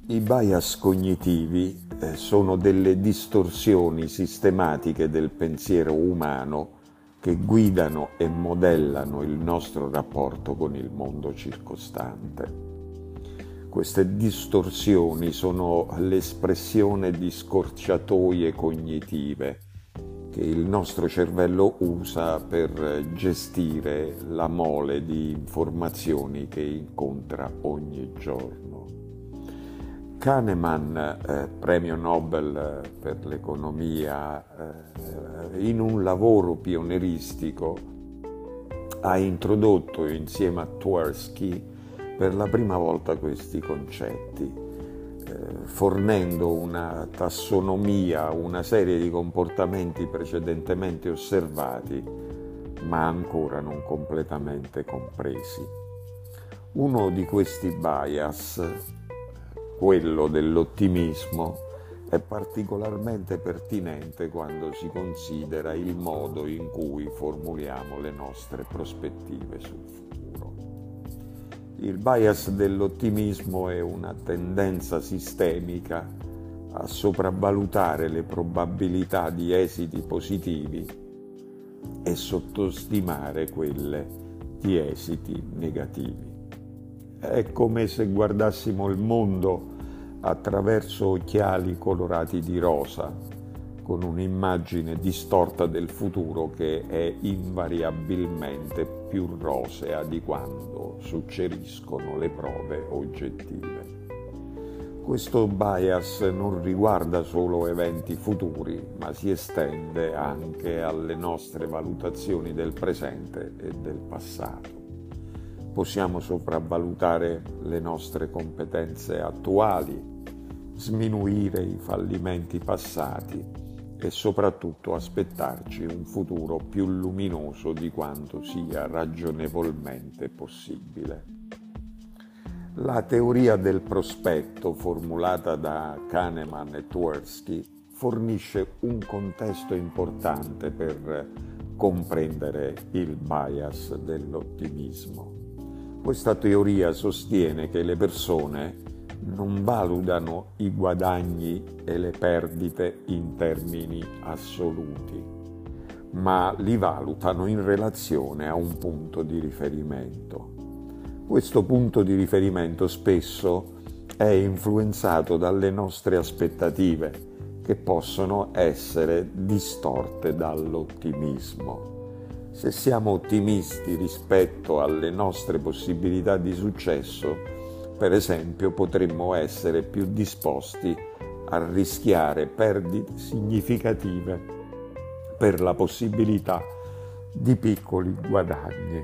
I bias cognitivi sono delle distorsioni sistematiche del pensiero umano che guidano e modellano il nostro rapporto con il mondo circostante. Queste distorsioni sono l'espressione di scorciatoie cognitive che il nostro cervello usa per gestire la mole di informazioni che incontra ogni giorno. Kahneman, premio Nobel per l'economia, in un lavoro pionieristico ha introdotto insieme a Tversky per la prima volta questi concetti, fornendo una tassonomia, una serie di comportamenti precedentemente osservati, ma ancora non completamente compresi. Uno di questi bias, quello dell'ottimismo, è particolarmente pertinente quando si considera il modo in cui formuliamo le nostre prospettive sul futuro. Il bias dell'ottimismo è una tendenza sistemica a sopravvalutare le probabilità di esiti positivi e sottostimare quelle di esiti negativi. È come se guardassimo il mondo attraverso occhiali colorati di rosa, con un'immagine distorta del futuro che è invariabilmente più rosea di quando suggeriscono le prove oggettive. Questo bias non riguarda solo eventi futuri, ma si estende anche alle nostre valutazioni del presente e del passato. Possiamo sopravvalutare le nostre competenze attuali, sminuire i fallimenti passati e soprattutto aspettarci un futuro più luminoso di quanto sia ragionevolmente possibile. La teoria del prospetto, formulata da Kahneman e Tversky, fornisce un contesto importante per comprendere il bias dell'ottimismo. Questa teoria sostiene che le persone non valutano i guadagni e le perdite in termini assoluti, ma li valutano in relazione a un punto di riferimento. Questo punto di riferimento spesso è influenzato dalle nostre aspettative, che possono essere distorte dall'ottimismo. Se siamo ottimisti rispetto alle nostre possibilità di successo, per esempio, potremmo essere più disposti a rischiare perdite significative per la possibilità di piccoli guadagni.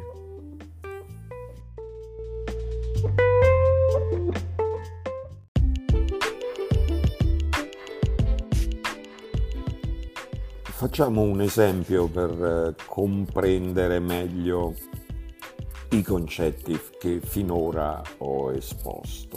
Facciamo un esempio per comprendere meglio i concetti che finora ho esposto.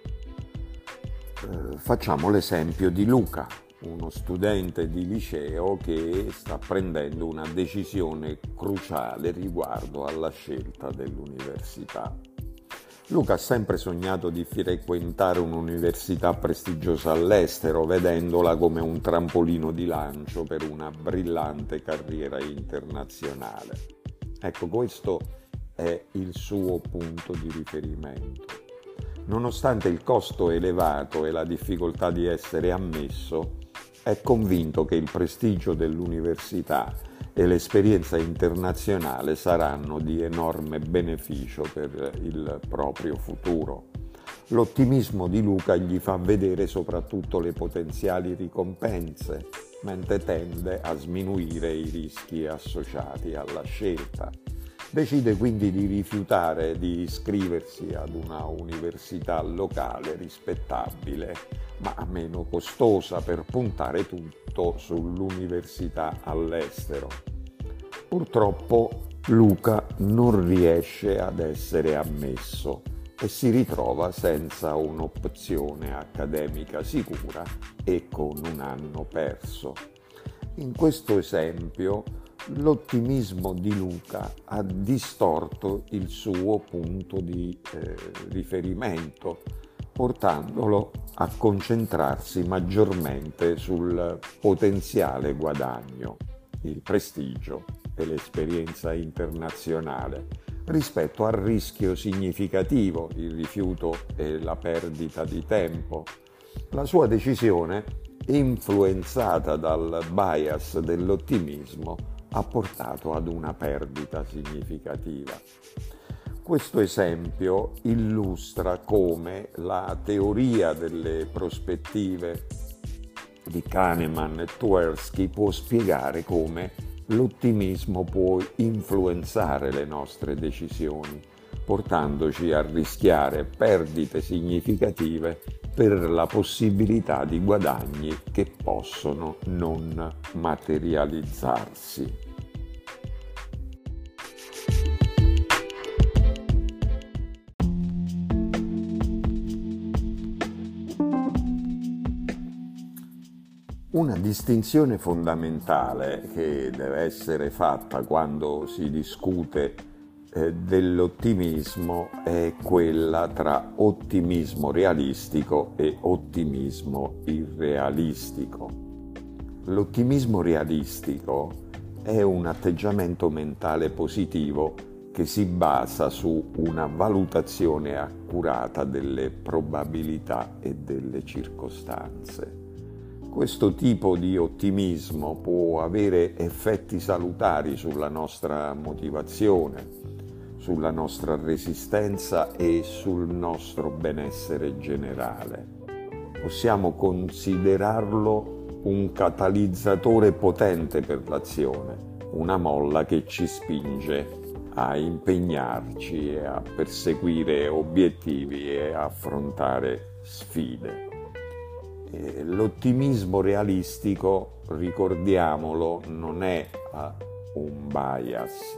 Facciamo l'esempio di Luca, uno studente di liceo che sta prendendo una decisione cruciale riguardo alla scelta dell'università. Luca ha sempre sognato di frequentare un'università prestigiosa all'estero, vedendola come un trampolino di lancio per una brillante carriera internazionale. Ecco, questo è il suo punto di riferimento. Nonostante il costo elevato e la difficoltà di essere ammesso, è convinto che il prestigio dell'università e l'esperienza internazionale saranno di enorme beneficio per il proprio futuro. L'ottimismo di Luca gli fa vedere soprattutto le potenziali ricompense, mentre tende a sminuire i rischi associati alla scelta. Decide quindi di rifiutare di iscriversi ad una università locale rispettabile, ma meno costosa, per puntare tutto sull'università all'estero. Purtroppo Luca non riesce ad essere ammesso e si ritrova senza un'opzione accademica sicura e con un anno perso. In questo esempio, l'ottimismo di Luca ha distorto il suo punto di riferimento, portandolo a concentrarsi maggiormente sul potenziale guadagno, il prestigio e l'esperienza internazionale, rispetto al rischio significativo, il rifiuto e la perdita di tempo. La sua decisione, influenzata dal bias dell'ottimismo, ha portato ad una perdita significativa. Questo esempio illustra come la teoria delle prospettive di Kahneman e Tversky può spiegare come l'ottimismo può influenzare le nostre decisioni, portandoci a rischiare perdite significative per la possibilità di guadagni che possono non materializzarsi. Una distinzione fondamentale che deve essere fatta quando si discute dell'ottimismo è quella tra ottimismo realistico e ottimismo irrealistico. L'ottimismo realistico è un atteggiamento mentale positivo che si basa su una valutazione accurata delle probabilità e delle circostanze. Questo tipo di ottimismo può avere effetti salutari sulla nostra motivazione, sulla nostra resistenza e sul nostro benessere generale. Possiamo considerarlo un catalizzatore potente per l'azione, una molla che ci spinge a impegnarci e a perseguire obiettivi e a affrontare sfide. L'ottimismo realistico, ricordiamolo, non è un bias.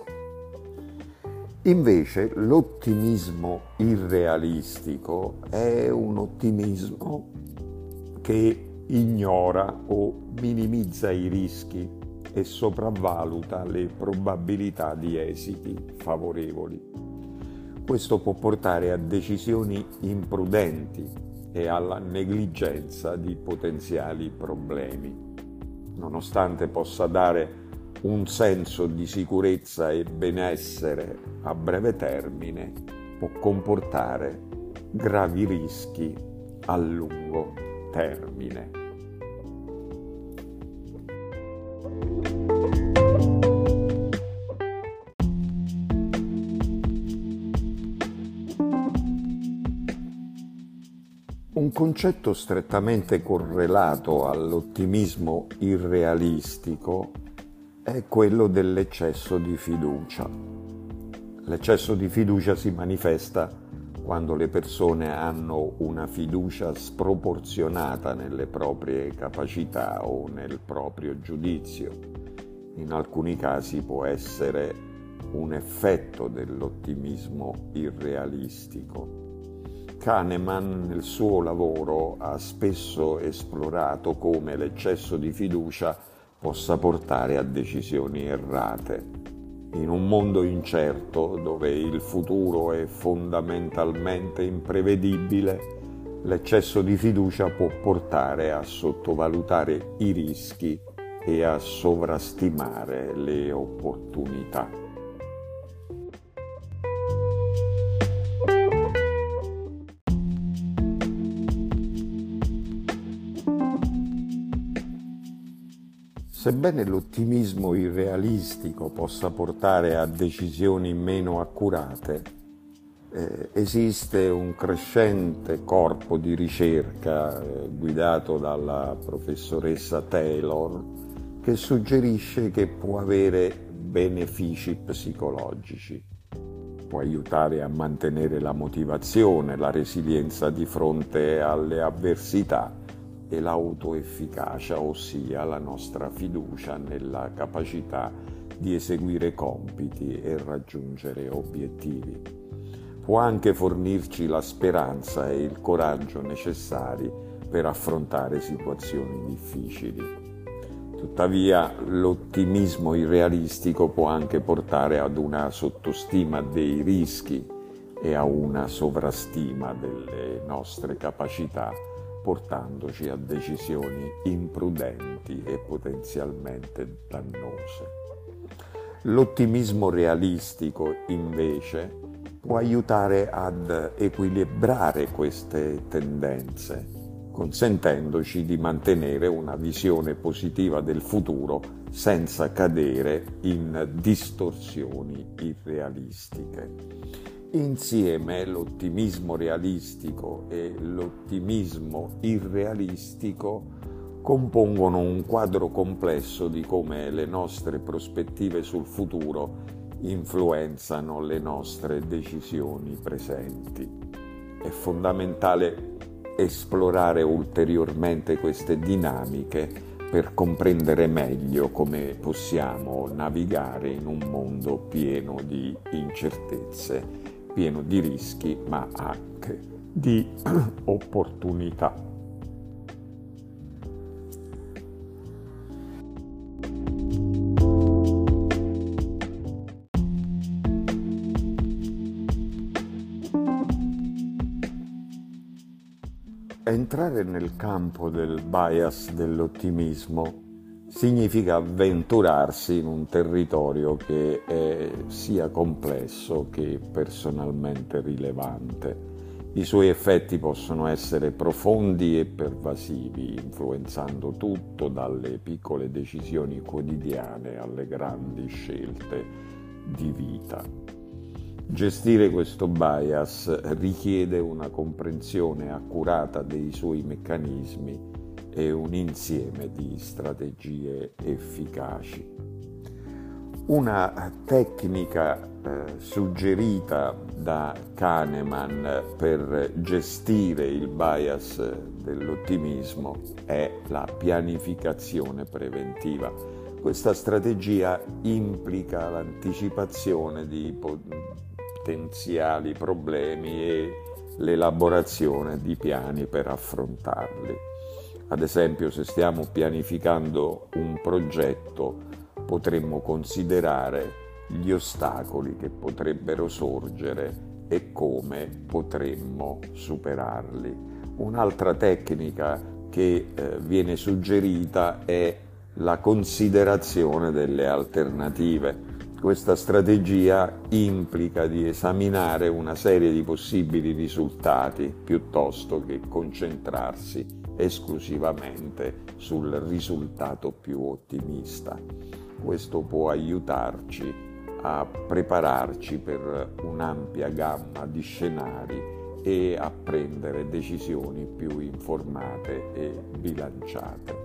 Invece l'ottimismo irrealistico è un ottimismo che ignora o minimizza i rischi e sopravvaluta le probabilità di esiti favorevoli. Questo può portare a decisioni imprudenti e alla negligenza di potenziali problemi. Nonostante possa dare un senso di sicurezza e benessere a breve termine, può comportare gravi rischi a lungo termine. Un concetto strettamente correlato all'ottimismo irrealistico è quello dell'eccesso di fiducia. L'eccesso di fiducia si manifesta quando le persone hanno una fiducia sproporzionata nelle proprie capacità o nel proprio giudizio. In alcuni casi può essere un effetto dell'ottimismo irrealistico. Kahneman nel suo lavoro ha spesso esplorato come l'eccesso di fiducia possa portare a decisioni errate. In un mondo incerto, dove il futuro è fondamentalmente imprevedibile, l'eccesso di fiducia può portare a sottovalutare i rischi e a sovrastimare le opportunità. Sebbene l'ottimismo irrealistico possa portare a decisioni meno accurate, esiste un crescente corpo di ricerca guidato dalla professoressa Taylor che suggerisce che può avere benefici psicologici. Può aiutare a mantenere la motivazione, la resilienza di fronte alle avversità e l'autoefficacia, ossia la nostra fiducia nella capacità di eseguire compiti e raggiungere obiettivi. Può anche fornirci la speranza e il coraggio necessari per affrontare situazioni difficili. Tuttavia, l'ottimismo irrealistico può anche portare ad una sottostima dei rischi e a una sovrastima delle nostre capacità, portandoci a decisioni imprudenti e potenzialmente dannose. L'ottimismo realistico, invece, può aiutare ad equilibrare queste tendenze, consentendoci di mantenere una visione positiva del futuro senza cadere in distorsioni irrealistiche. Insieme l'ottimismo realistico e l'ottimismo irrealistico compongono un quadro complesso di come le nostre prospettive sul futuro influenzano le nostre decisioni presenti. È fondamentale esplorare ulteriormente queste dinamiche per comprendere meglio come possiamo navigare in un mondo pieno di incertezze, pieno di rischi, ma anche di opportunità. Entrare nel campo del bias dell'ottimismo significa avventurarsi in un territorio che è sia complesso che personalmente rilevante. I suoi effetti possono essere profondi e pervasivi, influenzando tutto dalle piccole decisioni quotidiane alle grandi scelte di vita. Gestire questo bias richiede una comprensione accurata dei suoi meccanismi e un insieme di strategie efficaci. Una tecnica suggerita da Kahneman per gestire il bias dell'ottimismo è la pianificazione preventiva. Questa strategia implica l'anticipazione di potenziali problemi e l'elaborazione di piani per affrontarli. Ad esempio, se stiamo pianificando un progetto, potremmo considerare gli ostacoli che potrebbero sorgere e come potremmo superarli. Un'altra tecnica che viene suggerita è la considerazione delle alternative. Questa strategia implica di esaminare una serie di possibili risultati piuttosto che concentrarsi esclusivamente sul risultato più ottimista. Questo può aiutarci a prepararci per un'ampia gamma di scenari e a prendere decisioni più informate e bilanciate.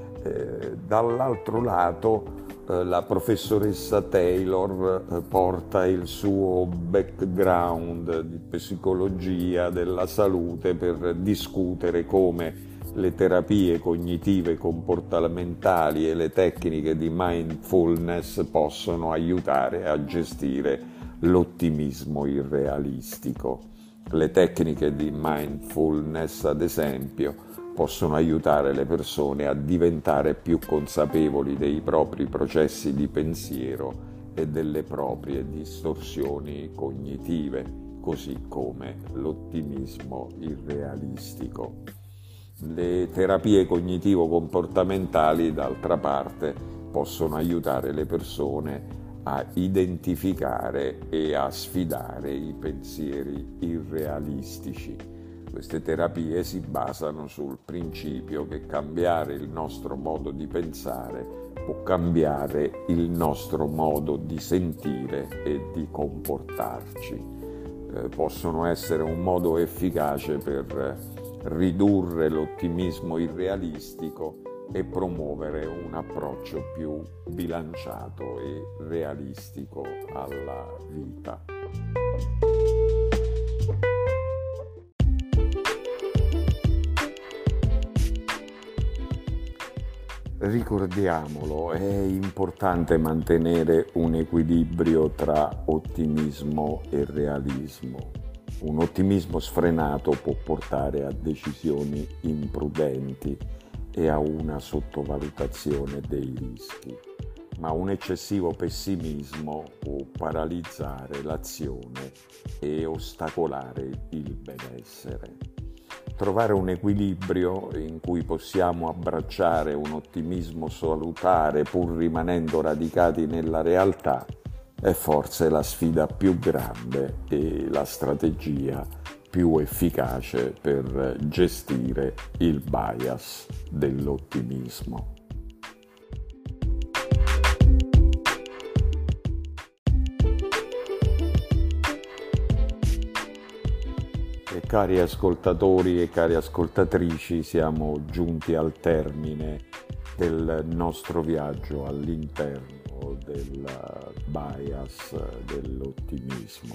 Dall'altro lato, la professoressa Taylor porta il suo background di psicologia della salute per discutere come le terapie cognitive comportamentali e le tecniche di mindfulness possono aiutare a gestire l'ottimismo irrealistico. Le tecniche di mindfulness, ad esempio, possono aiutare le persone a diventare più consapevoli dei propri processi di pensiero e delle proprie distorsioni cognitive, così come l'ottimismo irrealistico. Le terapie cognitivo-comportamentali, d'altra parte, possono aiutare le persone a identificare e a sfidare i pensieri irrealistici. Queste terapie si basano sul principio che cambiare il nostro modo di pensare può cambiare il nostro modo di sentire e di comportarci. Possono essere un modo efficace per ridurre l'ottimismo irrealistico e promuovere un approccio più bilanciato e realistico alla vita. Ricordiamolo, è importante mantenere un equilibrio tra ottimismo e realismo. Un ottimismo sfrenato può portare a decisioni imprudenti e a una sottovalutazione dei rischi. ma un eccessivo pessimismo può paralizzare l'azione e ostacolare il benessere. Trovare un equilibrio in cui possiamo abbracciare un ottimismo salutare pur rimanendo radicati nella realtà è forse la sfida più grande e la strategia più efficace per gestire il bias dell'ottimismo. E cari ascoltatori e cari ascoltatrici, siamo giunti al termine del nostro viaggio all'interno del bias dell'ottimismo.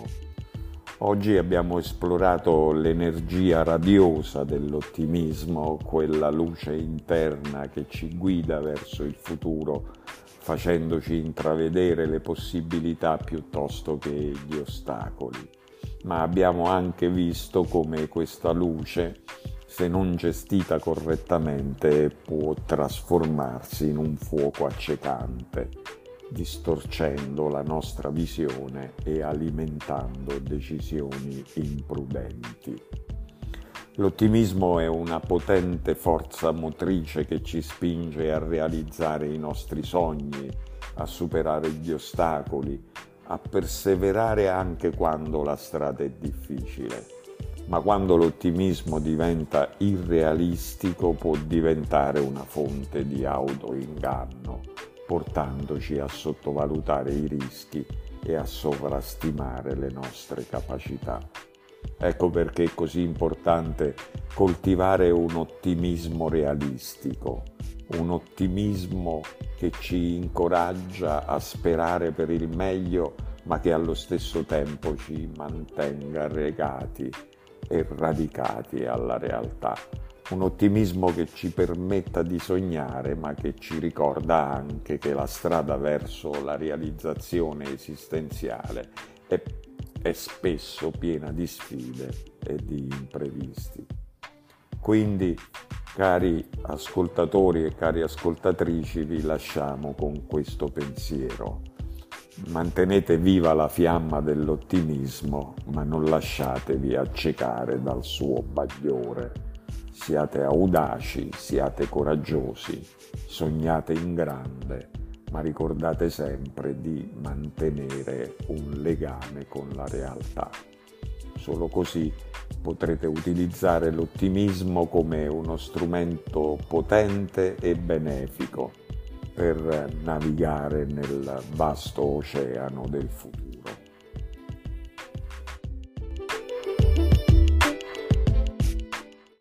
Oggi abbiamo esplorato l'energia radiosa dell'ottimismo, quella luce interna che ci guida verso il futuro, facendoci intravedere le possibilità piuttosto che gli ostacoli. Ma abbiamo anche visto come questa luce, se non gestita correttamente, può trasformarsi in un fuoco accecante, distorcendo la nostra visione e alimentando decisioni imprudenti. L'ottimismo è una potente forza motrice che ci spinge a realizzare i nostri sogni, a superare gli ostacoli, a perseverare anche quando la strada è difficile. Ma quando l'ottimismo diventa irrealistico può diventare una fonte di autoinganno, portandoci a sottovalutare i rischi e a sovrastimare le nostre capacità. Ecco perché è così importante coltivare un ottimismo realistico, un ottimismo che ci incoraggia a sperare per il meglio, ma che allo stesso tempo ci mantenga legati e radicati alla realtà. Un ottimismo che ci permetta di sognare, ma che ci ricorda anche che la strada verso la realizzazione esistenziale è spesso piena di sfide e di imprevisti. Quindi, cari ascoltatori e cari ascoltatrici, vi lasciamo con questo pensiero. Mantenete viva la fiamma dell'ottimismo, ma non lasciatevi accecare dal suo bagliore. Siate audaci, siate coraggiosi, sognate in grande, ma ricordate sempre di mantenere un legame con la realtà. Solo così potrete utilizzare l'ottimismo come uno strumento potente e benefico per navigare nel vasto oceano del futuro.